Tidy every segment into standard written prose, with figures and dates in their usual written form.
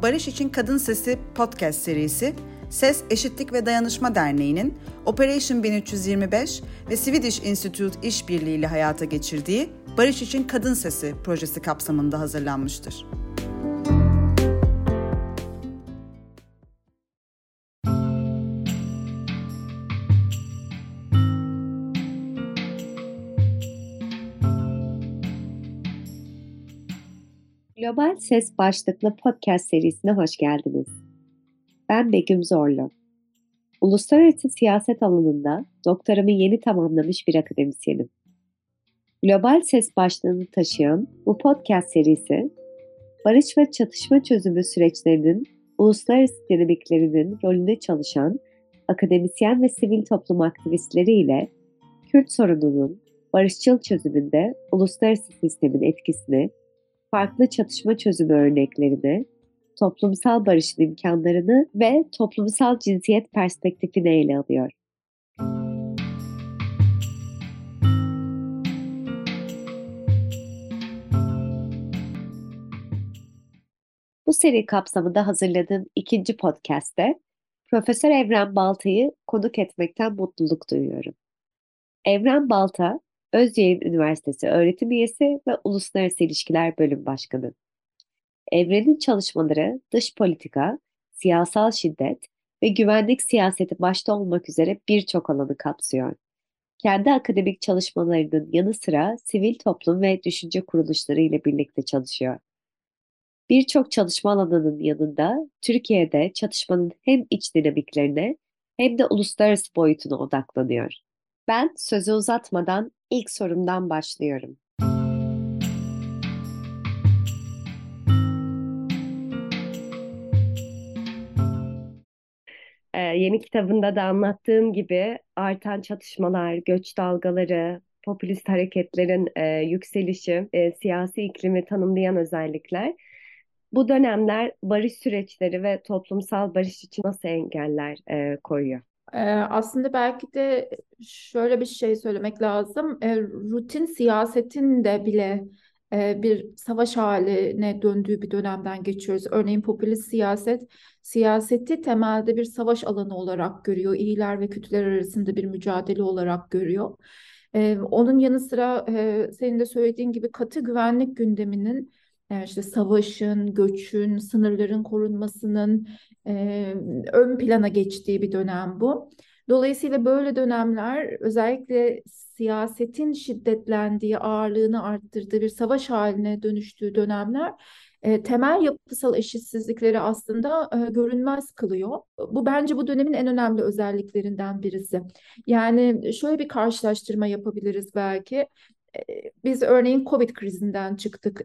Barış İçin Kadın Sesi podcast serisi, Ses, Eşitlik ve Dayanışma Derneği'nin Operation 1325 ve Swedish Institute işbirliğiyle hayata geçirdiği Barış İçin Kadın Sesi projesi kapsamında hazırlanmıştır. Global Ses başlıklı podcast serisine hoş geldiniz. Ben Begüm Zorlu. Uluslararası siyaset alanında doktoramı yeni tamamlamış bir akademisyenim. Global Ses başlığını taşıyan bu podcast serisi, barış ve çatışma çözümü süreçlerinin uluslararası dinamiklerinin rolünde çalışan akademisyen ve sivil toplum aktivistleri ile Kürt sorununun barışçıl çözümünde uluslararası sistemin etkisini, farklı çatışma çözümü örneklerini, toplumsal barışın imkanlarını ve toplumsal cinsiyet perspektifini ele alıyor. Bu seri kapsamında hazırladığım ikinci podcast'te Profesör Evren Balta'yı konuk etmekten mutluluk duyuyorum. Evren Balta, Özyeğin Üniversitesi öğretim üyesi ve Uluslararası İlişkiler Bölüm Başkanı. Evren'in çalışmaları dış politika, siyasal şiddet ve güvenlik siyaseti başta olmak üzere birçok alanı kapsıyor. Kendi akademik çalışmalarının yanı sıra sivil toplum ve düşünce kuruluşları ile birlikte çalışıyor. Birçok çalışma alanının yanında Türkiye'de çatışmanın hem iç dinamiklerine hem de uluslararası boyutuna odaklanıyor. Ben sözü uzatmadan ilk sorumdan başlıyorum. Yeni kitabında da anlattığım gibi artan çatışmalar, göç dalgaları, popülist hareketlerin yükselişi, siyasi iklimi tanımlayan özellikler. Bu dönemler barış süreçleri ve toplumsal barış için nasıl engeller koyuyor? Aslında belki de şöyle bir şey söylemek lazım. Rutin siyasetin de bile bir savaş haline döndüğü bir dönemden geçiyoruz. Örneğin popülist siyaseti temelde bir savaş alanı olarak görüyor. İyiler ve kötüler arasında bir mücadele olarak görüyor. Onun yanı sıra senin de söylediğin gibi katı güvenlik gündeminin işte savaşın, göçün, sınırların korunmasının e, ön plana geçtiği bir dönem bu. Dolayısıyla böyle dönemler özellikle siyasetin şiddetlendiği, ağırlığını arttırdığı bir savaş haline dönüştüğü dönemler temel yapısal eşitsizlikleri aslında görünmez kılıyor. Bu bence bu dönemin en önemli özelliklerinden birisi. Yani şöyle bir karşılaştırma yapabiliriz belki. Biz örneğin Covid krizinden çıktık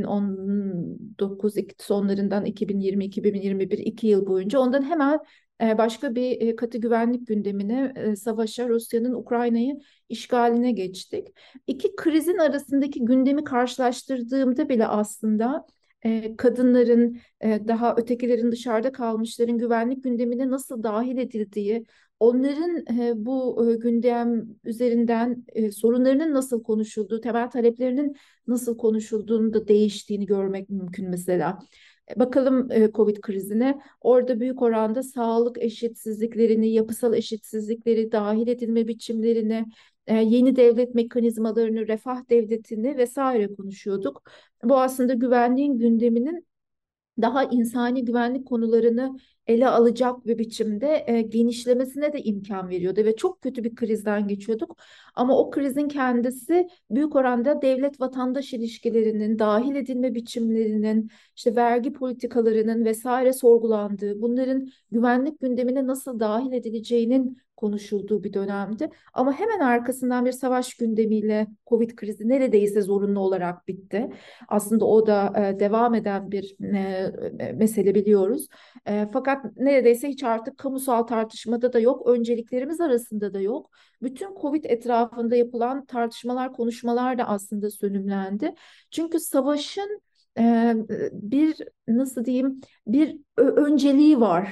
2019 sonlarından 2020-2021 2 yıl boyunca. Ondan hemen başka bir katı güvenlik gündemine, savaşa, Rusya'nın Ukrayna'yı işgaline geçtik. İki krizin arasındaki gündemi karşılaştırdığımda bile aslında kadınların, daha ötekilerin dışarıda kalmışların güvenlik gündemine nasıl dahil edildiği, onların bu gündem üzerinden sorunlarının nasıl konuşulduğu, temel taleplerinin nasıl konuşulduğunu da değiştiğini görmek mümkün mesela. Bakalım Covid krizine. Orada büyük oranda sağlık eşitsizliklerini, yapısal eşitsizlikleri, dahil edilme biçimlerini, yeni devlet mekanizmalarını, refah devletini vesaire konuşuyorduk. Bu aslında güvenliğin gündeminin daha insani güvenlik konularını ele alacak bir biçimde genişlemesine de imkan veriyordu ve çok kötü bir krizden geçiyorduk. Ama o krizin kendisi büyük oranda devlet vatandaş ilişkilerinin, dahil edilme biçimlerinin, işte vergi politikalarının vesaire sorgulandığı, bunların güvenlik gündemine nasıl dahil edileceğinin konuşulduğu bir dönemdi. Ama hemen arkasından bir savaş gündemiyle Covid krizi neredeyse zorunlu olarak bitti. Aslında o da devam eden bir mesele biliyoruz. Fakat neredeyse hiç artık kamusal tartışmada da yok, önceliklerimiz arasında da yok. Bütün Covid etrafında yapılan tartışmalar, konuşmalar da aslında sönümlendi. Çünkü savaşın bir nasıl diyeyim bir önceliği var.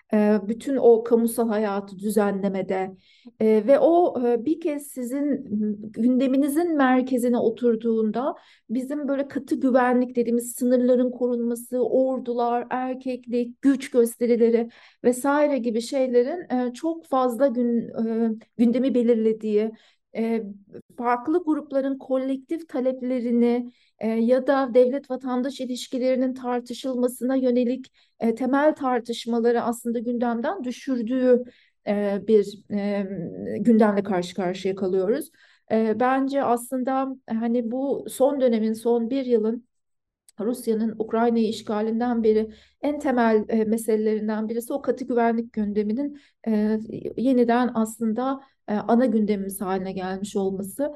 bütün o kamusal hayatı düzenlemede ve o bir kez sizin gündeminizin merkezine oturduğunda bizim böyle katı güvenlik dediğimiz sınırların korunması, ordular, erkeklik, güç gösterileri vesaire gibi şeylerin çok fazla gündemi belirlediği, e, farklı grupların kolektif taleplerini ya da devlet vatandaş ilişkilerinin tartışılmasına yönelik temel tartışmaları aslında gündemden düşürdüğü bir gündemle karşı karşıya kalıyoruz. Bence aslında hani bu son dönemin, son bir yılın Rusya'nın Ukrayna'yı işgalinden beri en temel meselelerinden birisi o katı güvenlik gündeminin yeniden aslında ana gündemimiz haline gelmiş olması.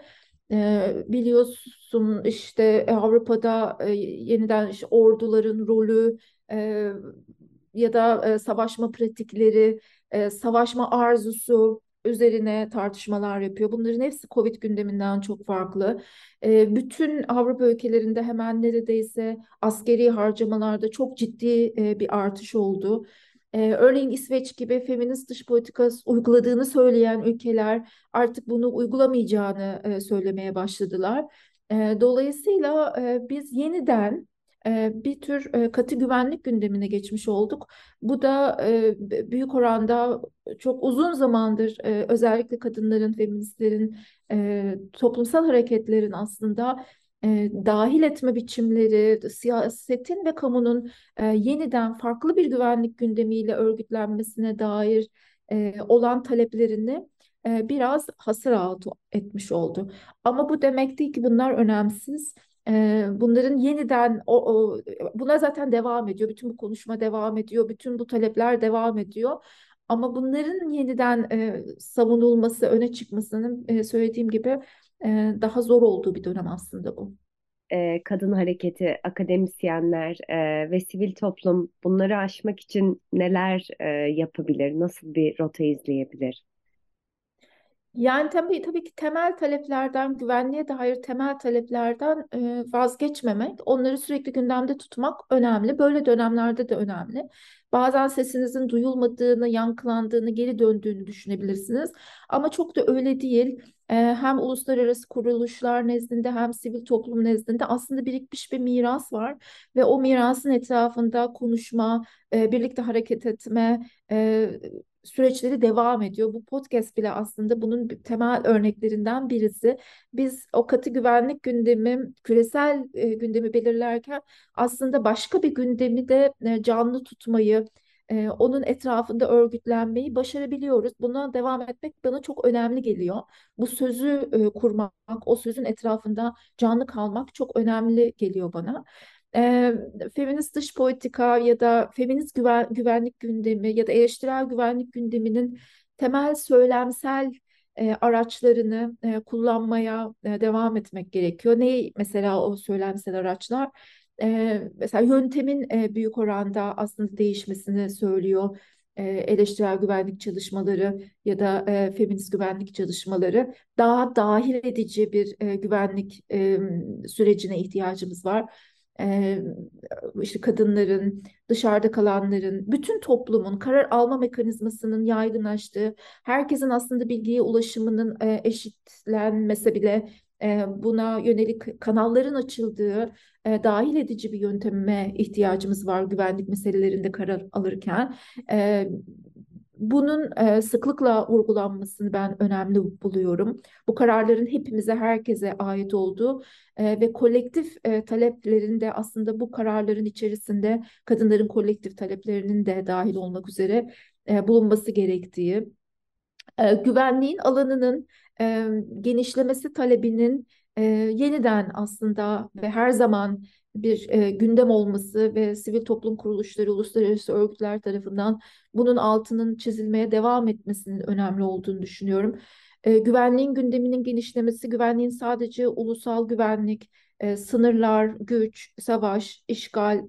Biliyorsun işte Avrupa'da yeniden işte orduların rolü e, ya da savaşma pratikleri, savaşma arzusu üzerine tartışmalar yapıyor. Bunların hepsi Covid gündeminden çok farklı. Bütün Avrupa ülkelerinde hemen neredeyse askeri harcamalarda çok ciddi bir artış oldu. Örneğin İsveç gibi feminist dış politika uyguladığını söyleyen ülkeler artık bunu uygulamayacağını söylemeye başladılar. Dolayısıyla biz yeniden bir tür katı güvenlik gündemine geçmiş olduk. Bu da büyük oranda çok uzun zamandır özellikle kadınların, feministlerin, toplumsal hareketlerin aslında dahil etme biçimleri, siyasetin ve kamunun yeniden farklı bir güvenlik gündemiyle örgütlenmesine dair olan taleplerini biraz hasır altı etmiş oldu. Ama bu demek değil ki bunlar önemsiz. Bunların yeniden buna zaten devam ediyor. Bütün bu konuşma devam ediyor. Bütün bu talepler devam ediyor. Ama bunların yeniden savunulması, öne çıkmasının söylediğim gibi daha zor olduğu bir dönem aslında bu. Kadın hareketi, akademisyenler ve sivil toplum bunları aşmak için neler yapabilir? Nasıl bir rota izleyebilir? Yani tabii ki temel taleplerden, güvenliğe dair temel taleplerden vazgeçmemek, onları sürekli gündemde tutmak önemli. Böyle dönemlerde de önemli. Bazen sesinizin duyulmadığını, yankılandığını, geri döndüğünü düşünebilirsiniz. Ama çok da öyle değil. Hem uluslararası kuruluşlar nezdinde hem sivil toplum nezdinde aslında birikmiş bir miras var. Ve o mirasın etrafında konuşma, birlikte hareket etme, süreçleri devam ediyor. Bu podcast bile aslında bunun temel örneklerinden birisi. Biz o katı güvenlik gündemi, küresel gündemi belirlerken aslında başka bir gündemi de canlı tutmayı, onun etrafında örgütlenmeyi başarabiliyoruz. Buna devam etmek bana çok önemli geliyor. Bu sözü kurmak, o sözün etrafında canlı kalmak çok önemli geliyor bana. e, Feminist dış politika ya da feminist güvenlik gündemi ya da eleştirel güvenlik gündeminin temel söylemsel araçlarını kullanmaya devam etmek gerekiyor. Ne mesela o söylemsel araçlar? Mesela yöntemin büyük oranda aslında değişmesini söylüyor. Eleştirel güvenlik çalışmaları ya da feminist güvenlik çalışmaları daha dahil edici bir güvenlik sürecine ihtiyacımız var. Ee, işte kadınların, dışarıda kalanların, bütün toplumun karar alma mekanizmasının yaygınlaştığı, herkesin aslında bilgiye ulaşımının eşitlenmese bile buna yönelik kanalların açıldığı dahil edici bir yönteme ihtiyacımız var güvenlik meselelerinde karar alırken. E, Bunun sıklıkla vurgulanmasını ben önemli buluyorum. Bu kararların hepimize, herkese ait olduğu ve kolektif taleplerin de aslında bu kararların içerisinde kadınların kolektif taleplerinin de dahil olmak üzere bulunması gerektiği, güvenliğin alanının genişlemesi talebinin yeniden aslında ve her zaman bir gündem olması ve sivil toplum kuruluşları, uluslararası örgütler tarafından bunun altının çizilmeye devam etmesinin önemli olduğunu düşünüyorum. Güvenliğin gündeminin genişlemesi, güvenliğin sadece ulusal güvenlik, sınırlar, güç, savaş, işgal,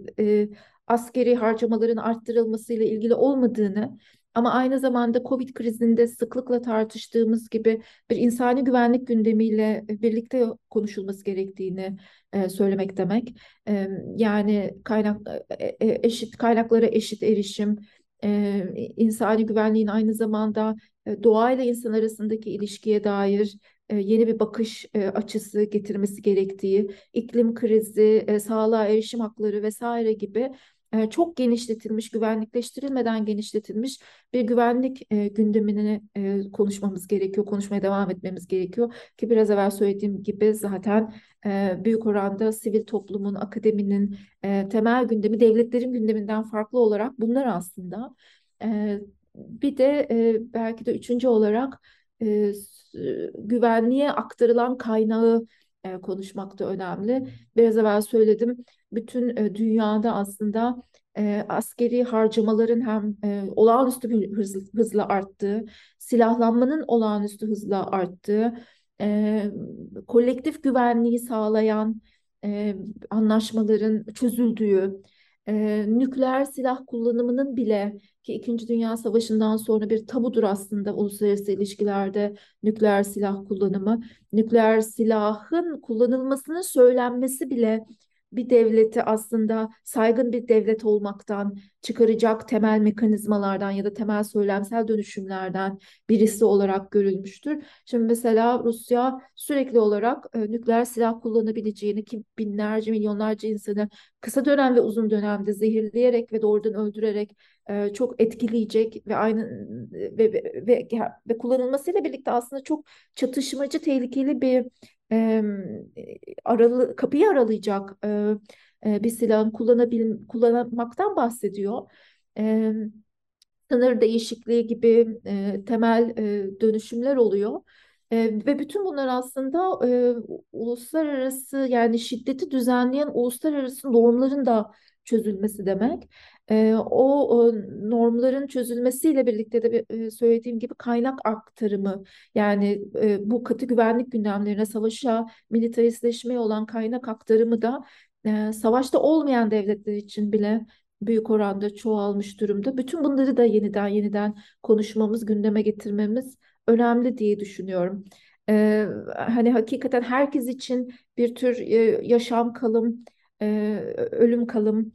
askeri harcamaların arttırılmasıyla ilgili olmadığını ama aynı zamanda Covid krizinde sıklıkla tartıştığımız gibi bir insani güvenlik gündemiyle birlikte konuşulması gerektiğini söylemek demek. Yani eşit kaynaklara eşit erişim, insani güvenliğin aynı zamanda doğayla insan arasındaki ilişkiye dair yeni bir bakış açısı getirmesi gerektiği, iklim krizi, sağlığa erişim hakları vesaire gibi çok genişletilmiş, güvenlikleştirilmeden genişletilmiş bir güvenlik gündemini konuşmamız gerekiyor, konuşmaya devam etmemiz gerekiyor ki biraz evvel söylediğim gibi zaten büyük oranda sivil toplumun, akademinin temel gündemi devletlerin gündeminden farklı olarak bunlar aslında. E, Bir de belki de üçüncü olarak güvenliğe aktarılan kaynağı konuşmak da önemli. Biraz evvel söyledim. Bütün dünyada aslında askeri harcamaların hem olağanüstü bir hızla arttığı, silahlanmanın olağanüstü hızla arttığı, e, kolektif güvenliği sağlayan anlaşmaların çözüldüğü, nükleer silah kullanımının bile ki İkinci Dünya Savaşı'ndan sonra bir tabudur aslında uluslararası ilişkilerde nükleer silah kullanımı. Nükleer silahın kullanılmasının söylenmesi bile bir devleti aslında saygın bir devlet olmaktan çıkaracak temel mekanizmalardan ya da temel söylemsel dönüşümlerden birisi olarak görülmüştür. Şimdi mesela Rusya sürekli olarak nükleer silah kullanabileceğini ki binlerce milyonlarca insanı kısa dönem ve uzun dönemde zehirleyerek ve doğrudan öldürerek çok etkileyecek ve ve kullanılmasıyla birlikte aslında çok çatışmacı, tehlikeli bir e, kapıyı aralayacak bir silahın kullanmaktan bahsediyor. E, Sınır değişikliği gibi temel dönüşümler oluyor. Ve bütün bunlar aslında uluslararası yani şiddeti düzenleyen uluslararası normların da çözülmesi demek. O normların çözülmesiyle birlikte de söylediğim gibi kaynak aktarımı yani bu katı güvenlik gündemlerine, savaşa, militaristleşmeye olan kaynak aktarımı da savaşta olmayan devletler için bile büyük oranda çoğalmış durumda. Bütün bunları da yeniden konuşmamız, gündeme getirmemiz önemli diye düşünüyorum. Hani hakikaten herkes için bir tür yaşam kalım, ölüm kalım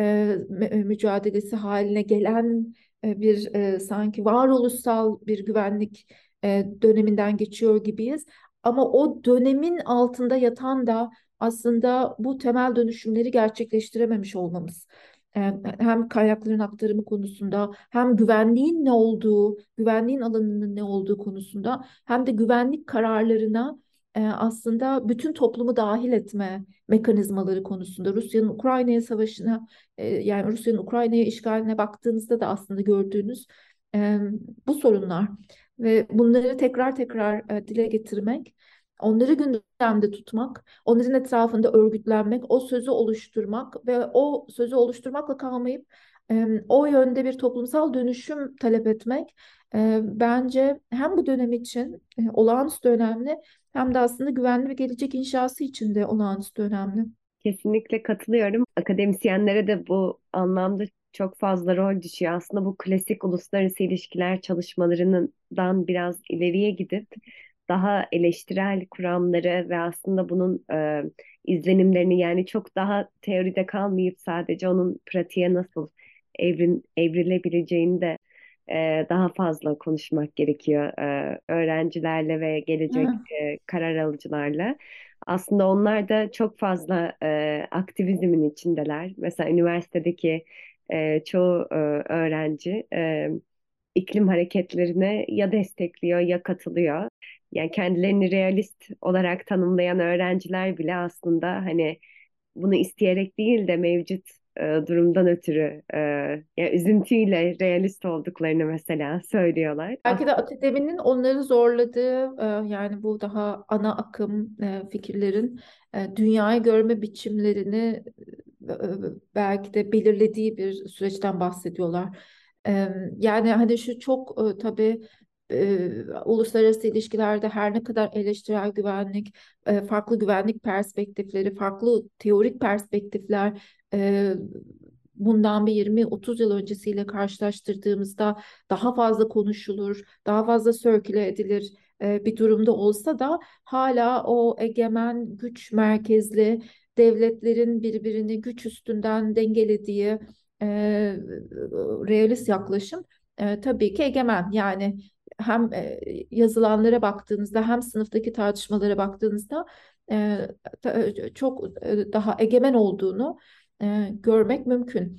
mücadelesi haline gelen bir sanki varoluşsal bir güvenlik döneminden geçiyor gibiyiz. Ama o dönemin altında yatan da aslında bu temel dönüşümleri gerçekleştirememiş olmamız. Hem kaynakların aktarımı konusunda hem güvenliğin ne olduğu, güvenliğin alanının ne olduğu konusunda hem de güvenlik kararlarına aslında bütün toplumu dahil etme mekanizmaları konusunda Rusya'nın Ukrayna'ya savaşına yani Rusya'nın Ukrayna'ya işgaline baktığınızda da aslında gördüğünüz e, bu sorunlar ve bunları tekrar tekrar dile getirmek, onları gündemde tutmak, onların etrafında örgütlenmek, o sözü oluşturmak ve o sözü oluşturmakla kalmayıp o yönde bir toplumsal dönüşüm talep etmek bence hem bu dönem için olağanüstü önemli hem de aslında güvenli bir gelecek inşası için de olağanüstü önemli. Kesinlikle katılıyorum. Akademisyenlere de bu anlamda çok fazla rol düşüyor. Aslında bu klasik uluslararası ilişkiler çalışmalarından biraz ileriye gidip daha eleştirel kuramları ve aslında bunun izlenimlerini yani çok daha teoride kalmayıp sadece onun pratiğe nasıl evrilebileceğini de daha fazla konuşmak gerekiyor öğrencilerle ve gelecek Ha, karar alıcılarla. Aslında onlar da çok fazla aktivizmin içindeler. Mesela üniversitedeki çoğu öğrenci iklim hareketlerine ya destekliyor ya katılıyor. Yani kendilerini realist olarak tanımlayan öğrenciler bile aslında hani bunu isteyerek değil de mevcut durumdan ötürü yani üzüntüyle realist olduklarını mesela söylüyorlar. belki de akademinin onları zorladığı yani bu daha ana akım fikirlerin dünyayı görme biçimlerini belki de belirlediği bir süreçten bahsediyorlar. Yani hani şu çok tabii uluslararası ilişkilerde her ne kadar eleştirel güvenlik, farklı güvenlik perspektifleri, farklı teorik perspektifler bundan bir 20-30 yıl öncesiyle karşılaştırdığımızda daha fazla konuşulur, daha fazla sörküle edilir bir durumda olsa da hala o egemen güç merkezli devletlerin birbirini güç üstünden dengelediği realist yaklaşım tabii ki egemen. Yani hem yazılanlara baktığınızda hem sınıftaki tartışmalara baktığınızda e, çok daha egemen olduğunu görmek mümkün.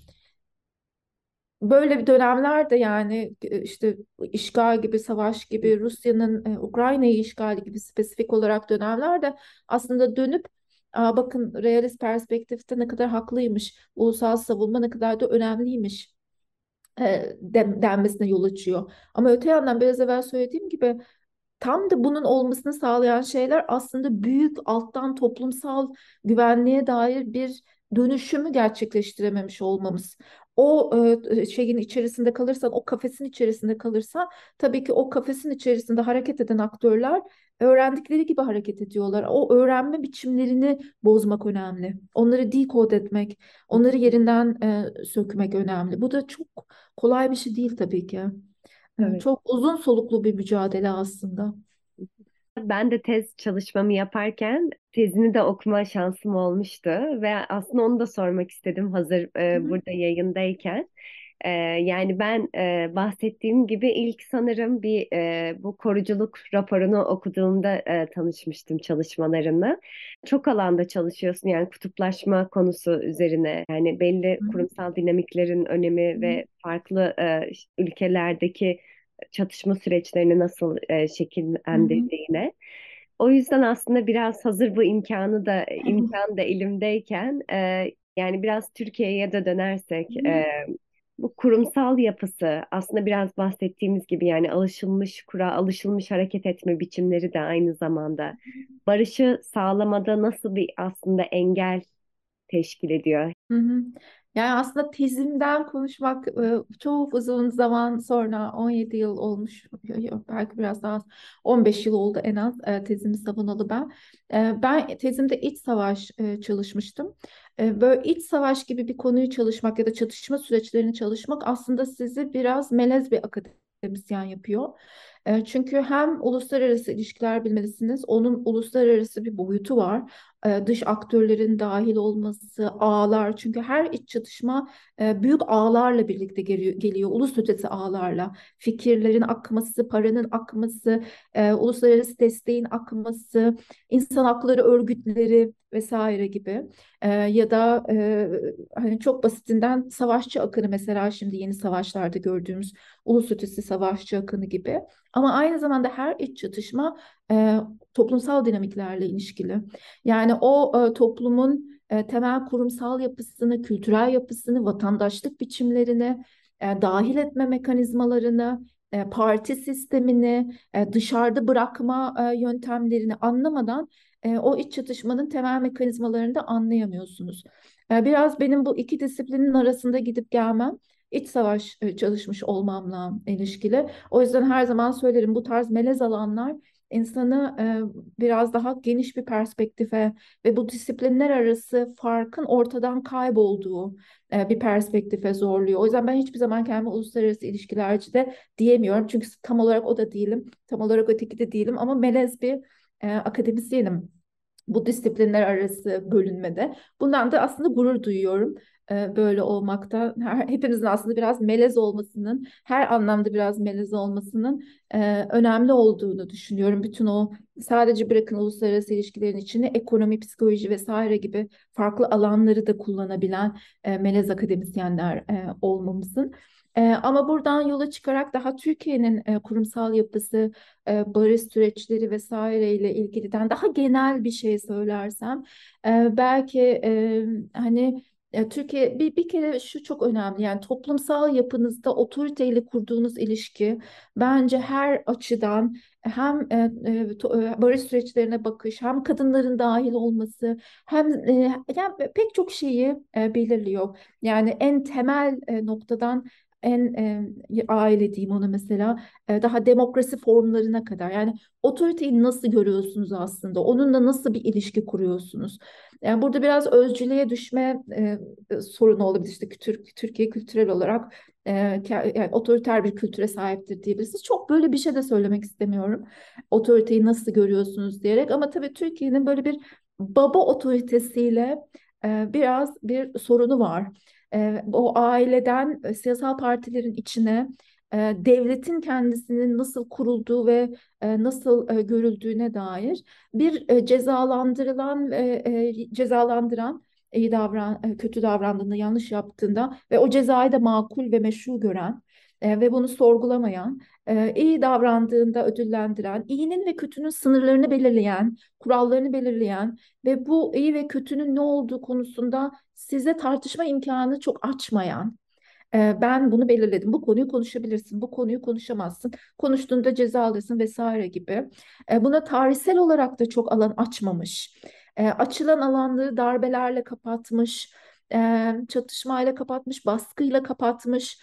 Böyle bir dönemlerde yani işte işgal gibi, savaş gibi, Rusya'nın Ukrayna'yı işgali gibi spesifik olarak dönemlerde aslında dönüp bakın realist perspektifte ne kadar haklıymış, ulusal savunma ne kadar da önemliymiş denmesine yol açıyor. Ama öte yandan biraz evvel söylediğim gibi tam da bunun olmasını sağlayan şeyler aslında büyük alttan toplumsal güvenliğe dair bir dönüşümü gerçekleştirememiş olmamız. O şeyin içerisinde kalırsan, o kafesin içerisinde kalırsan, tabii ki o kafesin içerisinde hareket eden aktörler öğrendikleri gibi hareket ediyorlar. O öğrenme biçimlerini bozmak önemli. Onları decode etmek, onları yerinden sökmek önemli. Bu da çok kolay bir şey değil tabii ki. Evet. Çok uzun soluklu bir mücadele aslında. Ben de tez çalışmamı yaparken tezini de okuma şansım olmuştu ve aslında onu da sormak istedim hazır Hı hı. burada yayındayken. Yani ben bahsettiğim gibi ilk sanırım bu koruculuk raporunu okuduğumda tanışmıştım çalışmalarını. Çok alanda çalışıyorsun yani kutuplaşma konusu üzerine yani belli Hı hı. kurumsal dinamiklerin önemi Hı hı. ve farklı ülkelerdeki çatışma süreçlerini nasıl Hı hı. şekillendirdiğine. O yüzden aslında biraz hazır bu imkan da elimdeyken yani biraz Türkiye'ye de Hı dönersek hı. bu kurumsal yapısı aslında biraz bahsettiğimiz gibi yani alışılmış hareket etme biçimleri de aynı zamanda barışı sağlamada nasıl bir aslında engel teşkil ediyor. Hı hı. Yani aslında tezimden konuşmak çok uzun zaman sonra 17 yıl olmuş, yok, belki biraz daha az, 15 yıl oldu en az tezimi savunalı ben. Ben tezimde iç savaş çalışmıştım. Böyle iç savaş gibi bir konuyu çalışmak ya da çatışma süreçlerini çalışmak aslında sizi biraz melez bir akademisyen yapıyor. Çünkü hem uluslararası ilişkiler bilmelisiniz, onun uluslararası bir boyutu var, dış aktörlerin dahil olması, ağlar. Çünkü her iç çatışma büyük ağlarla birlikte geliyor, ulus ötesi ağlarla. Fikirlerin akması, paranın akması, uluslararası desteğin akması, insan hakları örgütleri vesaire gibi. Ya da hani çok basitinden savaşçı akını, mesela şimdi yeni savaşlarda gördüğümüz ulus ötesi savaşçı akını gibi. Ama aynı zamanda her iç çatışma toplumsal dinamiklerle ilişkili. Yani o toplumun temel kurumsal yapısını, kültürel yapısını, vatandaşlık biçimlerini, dahil etme mekanizmalarını, parti sistemini, dışarıda bırakma yöntemlerini anlamadan o iç çatışmanın temel mekanizmalarını da anlayamıyorsunuz. Biraz benim bu iki disiplinin arasında gidip gelmem, iç savaş çalışmış olmamla ilişkili. O yüzden her zaman söylerim, bu tarz melez alanlar insanı biraz daha geniş bir perspektife ve bu disiplinler arası farkın ortadan kaybolduğu bir perspektife zorluyor. O yüzden ben hiçbir zaman kendimi uluslararası ilişkilerci de diyemiyorum. Çünkü tam olarak o da değilim, tam olarak öteki de değilim, ama melez bir akademisyenim bu disiplinler arası bölünmede. Bundan da aslında gurur duyuyorum. Böyle olmakta, hepimizin aslında biraz melez olmasının, her anlamda biraz melez olmasının önemli olduğunu düşünüyorum. Bütün o, sadece bırakın uluslararası ilişkilerin içine, ekonomi, psikoloji vesaire gibi farklı alanları da kullanabilen melez akademisyenler olmamızın. Ama buradan yola çıkarak daha Türkiye'nin kurumsal yapısı, barış süreçleri vesaireyle ilgiliden daha genel bir şey söylersem, belki hani Türkiye, bir kere şu çok önemli, yani toplumsal yapınızda otoriteyle kurduğunuz ilişki bence her açıdan, hem barış süreçlerine bakış, hem kadınların dahil olması, hem yani pek çok şeyi belirliyor. Yani en temel noktadan en aile diyeyim ona, mesela daha demokrasi formlarına kadar. Yani otoriteyi nasıl görüyorsunuz aslında? Onunla nasıl bir ilişki kuruyorsunuz? Yani burada biraz özcülüğe düşme sorunu olabilir. İşte Türkiye kültürel olarak yani otoriter bir kültüre sahiptir diyebilirsiniz. Çok böyle bir şey de söylemek istemiyorum. Otoriteyi nasıl görüyorsunuz diyerek. Ama tabii Türkiye'nin böyle bir baba otoritesiyle biraz bir sorunu var. O aileden siyasal partilerin içine devletin kendisinin nasıl kurulduğu ve nasıl görüldüğüne dair bir cezalandıran kötü davrandığında, yanlış yaptığında ve o cezayı da makul ve meşru gören ve bunu sorgulamayan, iyi davrandığında ödüllendiren, iyinin ve kötünün sınırlarını belirleyen, kurallarını belirleyen ve bu iyi ve kötünün ne olduğu konusunda size tartışma imkanı çok açmayan, ben bunu belirledim. Bu konuyu konuşabilirsin, bu konuyu konuşamazsın. Konuştuğunda ceza alırsın vesaire gibi. Buna tarihsel olarak da çok alan açmamış. Açılan alanları darbelerle kapatmış, çatışmayla kapatmış, baskıyla kapatmış.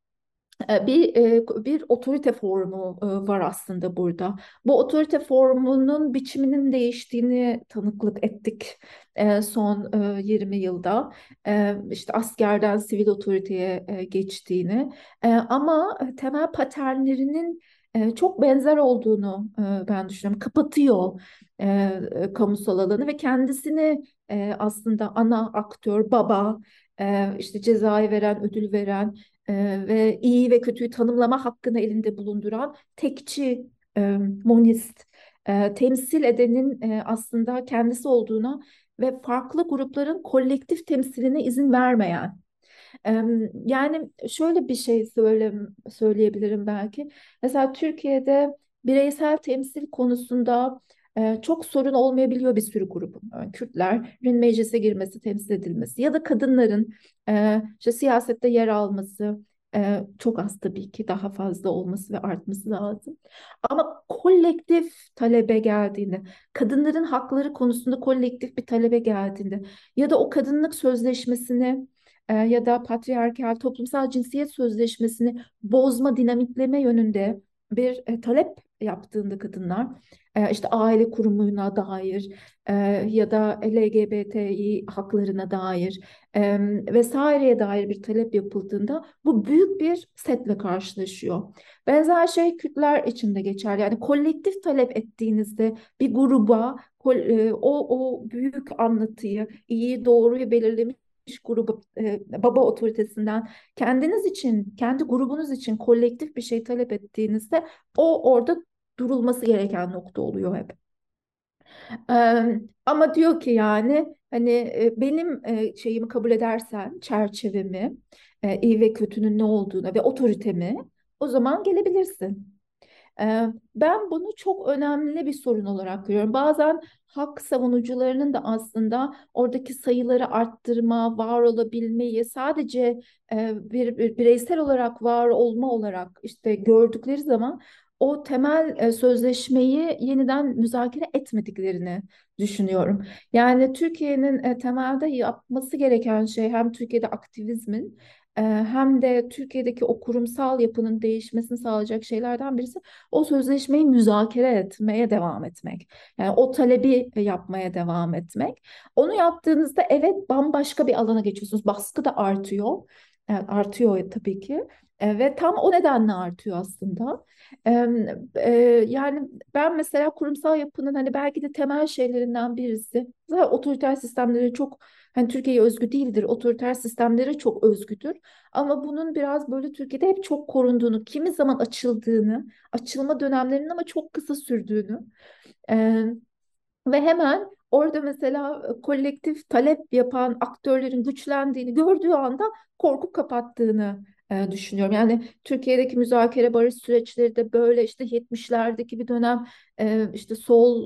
Bir otorite formu var aslında burada. Bu otorite formunun biçiminin değiştiğini tanıklık ettik son 20 yılda. İşte askerden sivil otoriteye geçtiğini. Ama temel paternlerinin çok benzer olduğunu ben düşünüyorum. Kapatıyor kamusal alanı ve kendisini aslında ana aktör, baba, işte cezayı veren, ödül veren ve iyi ve kötüyü tanımlama hakkını elinde bulunduran tekçi, monist, temsil edenin aslında kendisi olduğuna ve farklı grupların kolektif temsiline izin vermeyen. Yani şöyle bir şey söyleyebilirim belki. Mesela Türkiye'de bireysel temsil konusunda çok sorun olmayabiliyor bir sürü grubun. Yani Kürtlerin meclise girmesi, temsil edilmesi ya da kadınların işte siyasette yer alması çok az tabii ki daha fazla olması ve artması lazım. Ama kolektif talebe geldiğinde, kadınların hakları konusunda kolektif bir talebe geldiğinde ya da o kadınlık sözleşmesini ya da patriarkal toplumsal cinsiyet sözleşmesini bozma, dinamitleme yönünde bir talep yaptığında kadınlar, işte aile kurumuna dair ya da LGBTİ haklarına dair vesaireye dair bir talep yapıldığında bu büyük bir setle karşılaşıyor. Benzer şey Kürtler için de geçerli. Yani kolektif talep ettiğinizde bir gruba o büyük anlatıyı, iyi doğruyu belirlemiş grubu, baba otoritesinden kendiniz için, kendi grubunuz için kolektif bir şey talep ettiğinizde o orada durulması gereken nokta oluyor hep. Ama diyor ki yani hani benim şeyimi kabul edersen, çerçevemi, iyi ve kötünün ne olduğunu ve otoritemi, o zaman gelebilirsin. Ben bunu çok önemli bir sorun olarak görüyorum. Bazen hak savunucularının da aslında oradaki sayıları arttırma, var olabilmeyi sadece bir bireysel olarak var olma olarak işte gördükleri zaman o temel sözleşmeyi yeniden müzakere etmediklerini düşünüyorum. Yani Türkiye'nin temelde yapması gereken şey hem Türkiye'de aktivizmin hem de Türkiye'deki o kurumsal yapının değişmesini sağlayacak şeylerden birisi o sözleşmeyi müzakere etmeye devam etmek. Yani o talebi yapmaya devam etmek. Onu yaptığınızda evet bambaşka bir alana geçiyorsunuz. Baskı da artıyor. Evet, artıyor tabii ki. Ve tam o nedenle artıyor aslında. Yani ben mesela kurumsal yapının hani belki de temel şeylerinden birisi. Zaten otoriter sistemleri çok hani Türkiye'ye özgü değildir. Otoriter sistemlere çok özgüdür. Ama bunun biraz böyle Türkiye'de hep çok korunduğunu, kimi zaman açıldığını, açılma dönemlerinin ama çok kısa sürdüğünü e, ve hemen orada mesela kolektif talep yapan aktörlerin güçlendiğini gördüğü anda korkup kapattığını düşünüyorum. Yani Türkiye'deki müzakere barış süreçleri de böyle işte 70'lerdeki bir dönem işte sol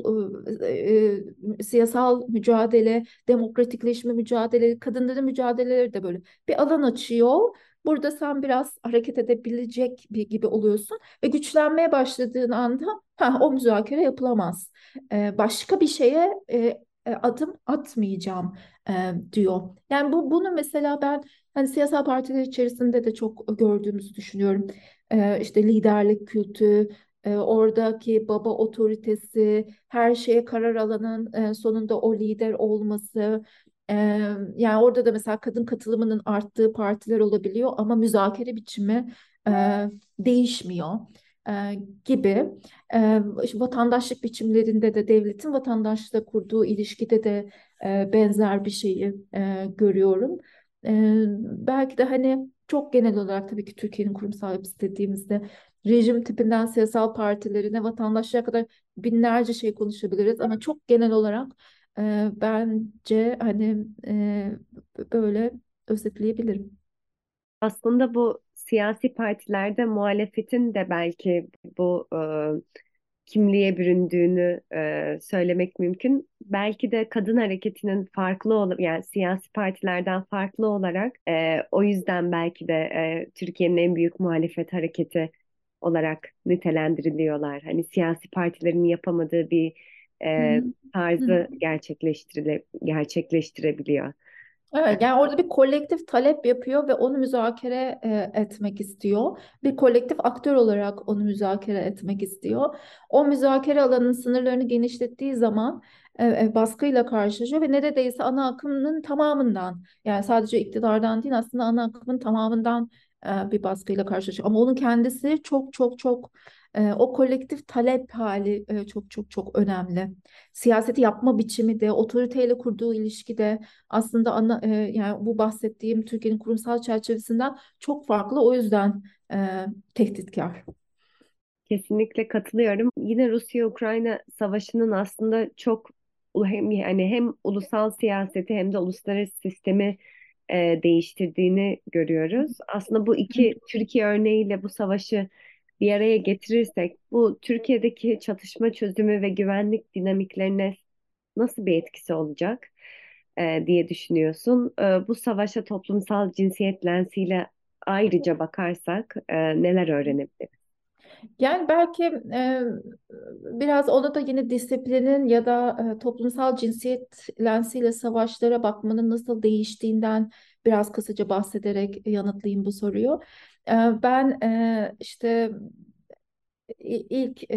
siyasal mücadele, demokratikleşme mücadele, kadınların mücadeleleri de böyle bir alan açıyor. Burada sen biraz hareket edebilecek bir gibi oluyorsun ve güçlenmeye başladığın anda o müzakere yapılamaz. Başka bir şeye adım atmayacağım diyor. Yani bunu mesela ben hani siyasal partiler içerisinde de çok gördüğümüzü düşünüyorum. İşte liderlik kültü, oradaki baba otoritesi, her şeye karar alanın sonunda o lider olması. E, Yani orada da mesela kadın katılımının arttığı partiler olabiliyor ama müzakere biçimi e, değişmiyor e, gibi. İşte vatandaşlık biçimlerinde de devletin vatandaşla kurduğu ilişkide de benzer bir şeyi görüyorum. Belki de hani çok genel olarak tabii ki Türkiye'nin kurumsal yapısı dediğimizde rejim tipinden siyasal partilerine, vatandaşlığa kadar binlerce şey konuşabiliriz ama çok genel olarak bence hani böyle özetleyebilirim. Aslında bu siyasi partilerde muhalefetin de belki bu kimliğe büründüğünü söylemek mümkün. Belki de kadın hareketinin farklı olup yani siyasi partilerden farklı olarak o yüzden belki de Türkiye'nin en büyük muhalefet hareketi olarak nitelendiriliyorlar. Hani siyasi partilerin yapamadığı bir Hı e, hı. Hı. tarzı gerçekleştirebiliyor. Evet, yani orada bir kolektif talep yapıyor ve onu müzakere etmek istiyor. Bir kolektif aktör olarak onu müzakere etmek istiyor. O müzakere alanının sınırlarını genişlettiği zaman baskıyla karşılaşıyor ve neredeyse ana akımın tamamından, yani sadece iktidardan değil aslında ana akımın tamamından bir baskıyla karşılaşıyor. Ama onun kendisi çok çok çok o kolektif talep hali çok çok çok önemli. Siyaseti yapma biçimi de, otoriteyle kurduğu ilişki de aslında yani bu bahsettiğim Türkiye'nin kurumsal çerçevesinden çok farklı. O yüzden tehditkar. Kesinlikle katılıyorum. Yine Rusya-Ukrayna savaşının aslında çok hem ulusal siyaseti hem de uluslararası sistemi değiştirdiğini görüyoruz. Aslında bu iki Türkiye örneğiyle bu savaşı bir araya getirirsek bu Türkiye'deki çatışma çözümü ve güvenlik dinamiklerine nasıl bir etkisi olacak diye düşünüyorsun? Bu savaşa toplumsal cinsiyet lensiyle ayrıca bakarsak neler öğrenebiliriz? Yani belki biraz ona da yine disiplinin ya da toplumsal cinsiyet lensiyle savaşlara bakmanın nasıl değiştiğinden biraz kısaca bahsederek yanıtlayayım bu soruyu. Ben işte ilk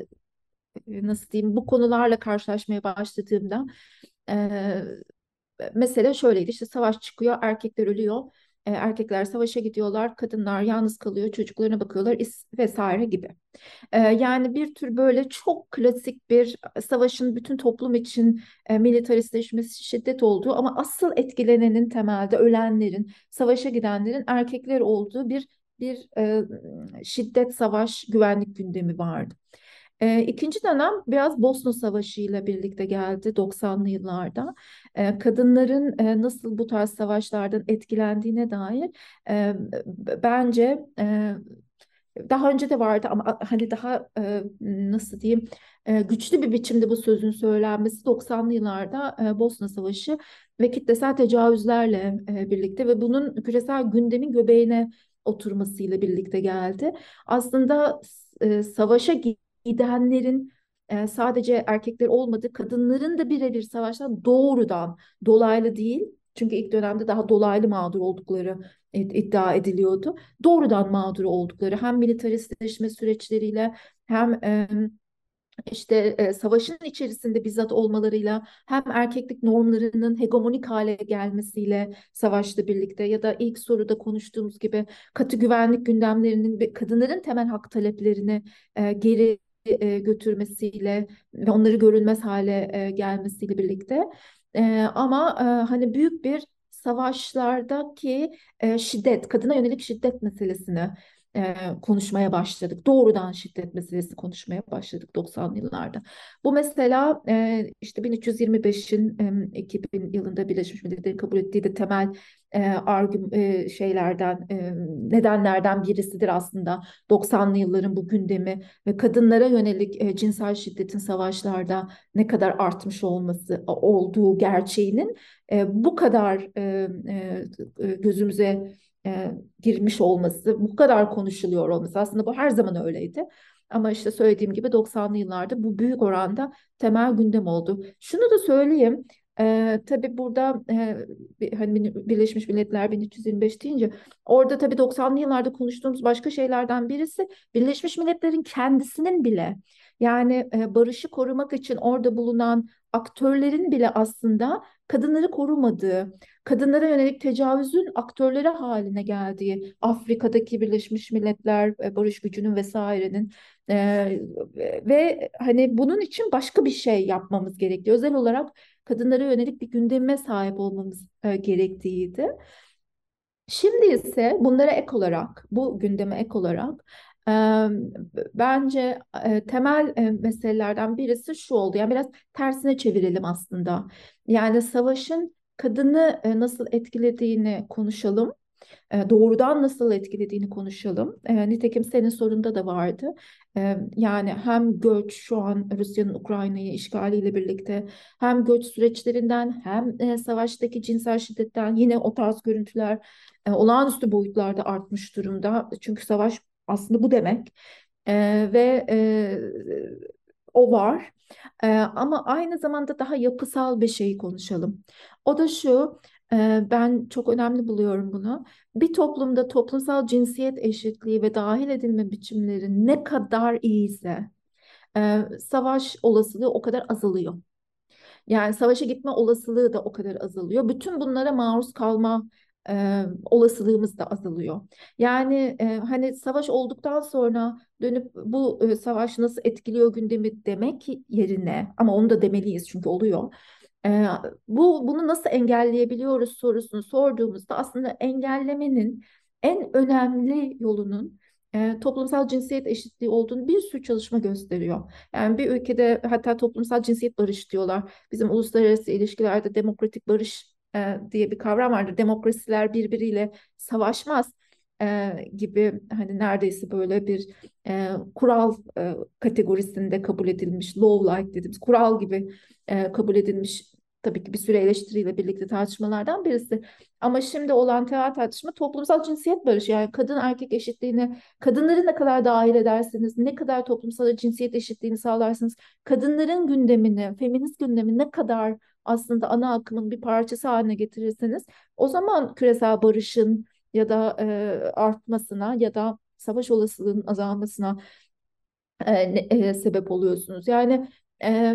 nasıl diyeyim bu konularla karşılaşmaya başladığımda e, mesele şöyleydi, işte savaş çıkıyor, erkekler ölüyor. Erkekler savaşa gidiyorlar, kadınlar yalnız kalıyor, çocuklarına bakıyorlar vesaire gibi. Yani bir tür böyle çok klasik bir savaşın bütün toplum için militaristleşmesi, şiddet olduğu ama asıl etkilenenin temelde ölenlerin, savaşa gidenlerin erkekler olduğu bir şiddet, savaş, güvenlik gündemi vardı. İkinci dönem biraz Bosna Savaşı ile birlikte geldi 90'lı yıllarda. Kadınların nasıl bu tarz savaşlardan etkilendiğine dair bence daha önce de vardı ama hani daha nasıl diyeyim güçlü bir biçimde bu sözün söylenmesi 90'lı yıllarda Bosna Savaşı ve kitlesel tecavüzlerle birlikte ve bunun küresel gündemin göbeğine oturmasıyla birlikte geldi. Aslında savaşa gidenlerin sadece erkekler olmadı, kadınların da birebir savaştan doğrudan, dolaylı değil. Çünkü ilk dönemde daha dolaylı mağdur oldukları iddia ediliyordu. Doğrudan mağdur oldukları hem militaristleşme süreçleriyle hem işte savaşın içerisinde bizzat olmalarıyla hem erkeklik normlarının hegemonik hale gelmesiyle savaşla birlikte ya da ilk soruda konuştuğumuz gibi katı güvenlik gündemlerinin ve kadınların temel hak taleplerini geri götürmesiyle ve onları görülmez hale gelmesiyle birlikte. Ama hani büyük bir savaşlardaki şiddet, kadına yönelik şiddet meselesini konuşmaya başladık. Doğrudan şiddet meselesi konuşmaya başladık 90'lı yıllarda. Bu mesela işte 1325'in 2000 yılında Birleşmiş Milletler'in kabul ettiği de temel nedenlerden birisidir aslında 90'lı yılların bu gündemi ve kadınlara yönelik cinsel şiddetin savaşlarda ne kadar artmış olduğu gerçeğinin bu kadar gözümüze girmiş olması, bu kadar konuşuluyor olması aslında bu her zaman öyleydi. Ama işte söylediğim gibi 90'lı yıllarda bu büyük oranda temel gündem oldu. Şunu da söyleyeyim. Tabii burada hani Birleşmiş Milletler 1325 deyince orada tabii 90'lı yıllarda konuştuğumuz başka şeylerden birisi Birleşmiş Milletler'in kendisinin bile yani barışı korumak için orada bulunan aktörlerin bile aslında kadınları korumadığı, kadınlara yönelik tecavüzün aktörleri haline geldiği, Afrika'daki Birleşmiş Milletler barış gücünün vesairenin e, ve hani bunun için başka bir şey yapmamız gerekiyor. Özel olarak kadınlara yönelik bir gündeme sahip olmamız gerektiğiydi. Şimdi ise bunlara ek olarak, bu gündeme ek olarak e, bence temel meselelerden birisi şu oldu. Yani biraz tersine çevirelim aslında. Yani savaşın kadını nasıl etkilediğini konuşalım. Doğrudan nasıl etkilediğini konuşalım. Nitekim senin sorunda da vardı. Yani hem göç, şu an Rusya'nın Ukrayna'yı işgaliyle birlikte, hem göç süreçlerinden hem savaştaki cinsel şiddetten yine o tarz görüntüler olağanüstü boyutlarda artmış durumda. Çünkü savaş aslında bu demek. Ve o var. Ama aynı zamanda daha yapısal bir şeyi konuşalım. O da şu, ben çok önemli buluyorum bunu. Bir toplumda toplumsal cinsiyet eşitliği ve dahil edilme biçimleri ne kadar iyiyse, savaş olasılığı o kadar azalıyor. Yani savaşa gitme olasılığı da o kadar azalıyor. Bütün bunlara maruz kalma olasılığımız da azalıyor. Yani hani savaş olduktan sonra dönüp bu savaş nasıl etkiliyor gündemi demek yerine, ama onu da demeliyiz çünkü oluyor. E, bunu nasıl engelleyebiliyoruz sorusunu sorduğumuzda aslında engellemenin en önemli yolunun toplumsal cinsiyet eşitliği olduğunu bir sürü çalışma gösteriyor. Yani bir ülkede hatta toplumsal cinsiyet barışı diyorlar. Bizim uluslararası ilişkilerde demokratik barış diye bir kavram vardır. Demokrasiler birbiriyle savaşmaz gibi, hani neredeyse böyle bir kural kategorisinde kabul edilmiş, law-like dediğimiz kural gibi kabul edilmiş, tabii ki bir sürü eleştiriyle birlikte tartışmalardan birisi. Ama şimdi olan temel tartışma toplumsal cinsiyet barışı. Yani kadın erkek eşitliğini, kadınları ne kadar dahil ederseniz, ne kadar toplumsal cinsiyet eşitliğini sağlarsınız, kadınların gündemini, feminist gündemi ne kadar aslında ana akımın bir parçası haline getirirseniz, o zaman küresel barışın ya da artmasına ya da savaş olasılığının azalmasına sebep oluyorsunuz. Yani e,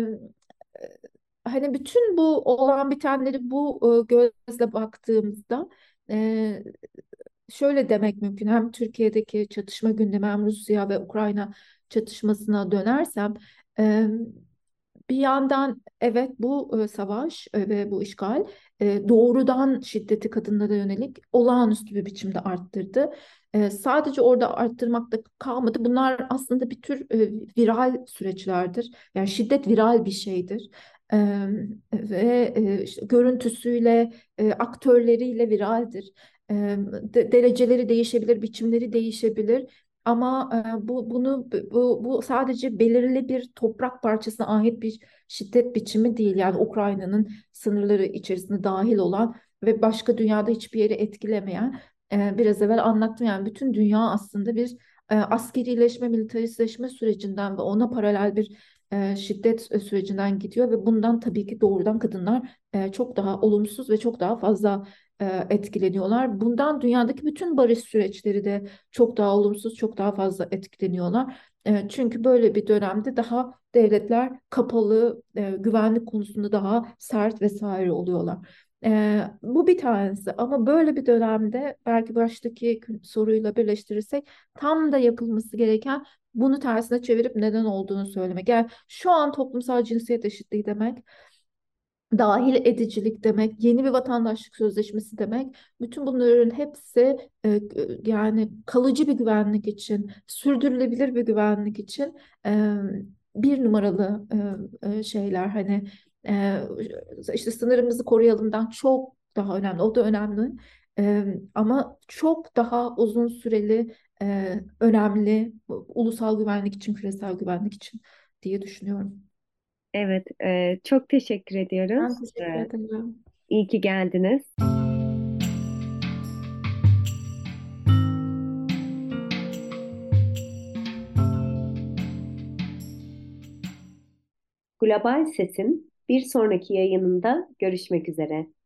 hani bütün bu olan bitenleri bu gözle baktığımızda e, şöyle demek mümkün. Hem Türkiye'deki çatışma gündemi hem Rusya ve Ukrayna çatışmasına dönersem, e, bir yandan evet bu savaş ve bu işgal doğrudan şiddeti kadınlara yönelik olağanüstü bir biçimde arttırdı. Sadece orada arttırmakta kalmadı. Bunlar aslında bir tür viral süreçlerdir. Yani şiddet viral bir şeydir. E, ve işte görüntüsüyle, aktörleriyle viraldir. E, dereceleri değişebilir, biçimleri değişebilir. Ama bu sadece belirli bir toprak parçasına ait bir şiddet biçimi değil. Yani Ukrayna'nın sınırları içerisinde dahil olan ve başka dünyada hiçbir yeri etkilemeyen, biraz evvel anlattım, yani bütün dünya aslında bir askerileşme, militarizleşme sürecinden ve ona paralel bir şiddet sürecinden gidiyor ve bundan tabii ki doğrudan kadınlar çok daha olumsuz ve çok daha fazla etkileniyorlar. Bundan dünyadaki bütün barış süreçleri de çok daha olumsuz, çok daha fazla etkileniyorlar. Çünkü böyle bir dönemde daha devletler kapalı, güvenlik konusunda daha sert vesaire oluyorlar. Bu bir tanesi, ama böyle bir dönemde belki baştaki soruyla birleştirirsek tam da yapılması gereken bunu tersine çevirip neden olduğunu söylemek. Yani şu an toplumsal cinsiyet eşitliği demek, dahil edicilik demek, yeni bir vatandaşlık sözleşmesi demek. Bütün bunların hepsi yani kalıcı bir güvenlik için, sürdürülebilir bir güvenlik için bir numaralı şeyler. Hani e, işte sınırımızı koruyalımdan çok daha önemli. O da önemli. Ama çok daha uzun süreli önemli ulusal güvenlik için, küresel güvenlik için diye düşünüyorum. Evet, çok teşekkür Ben ediyoruz. teşekkür ederim. İyi ki geldiniz. Global Ses'in bir sonraki yayınında görüşmek üzere.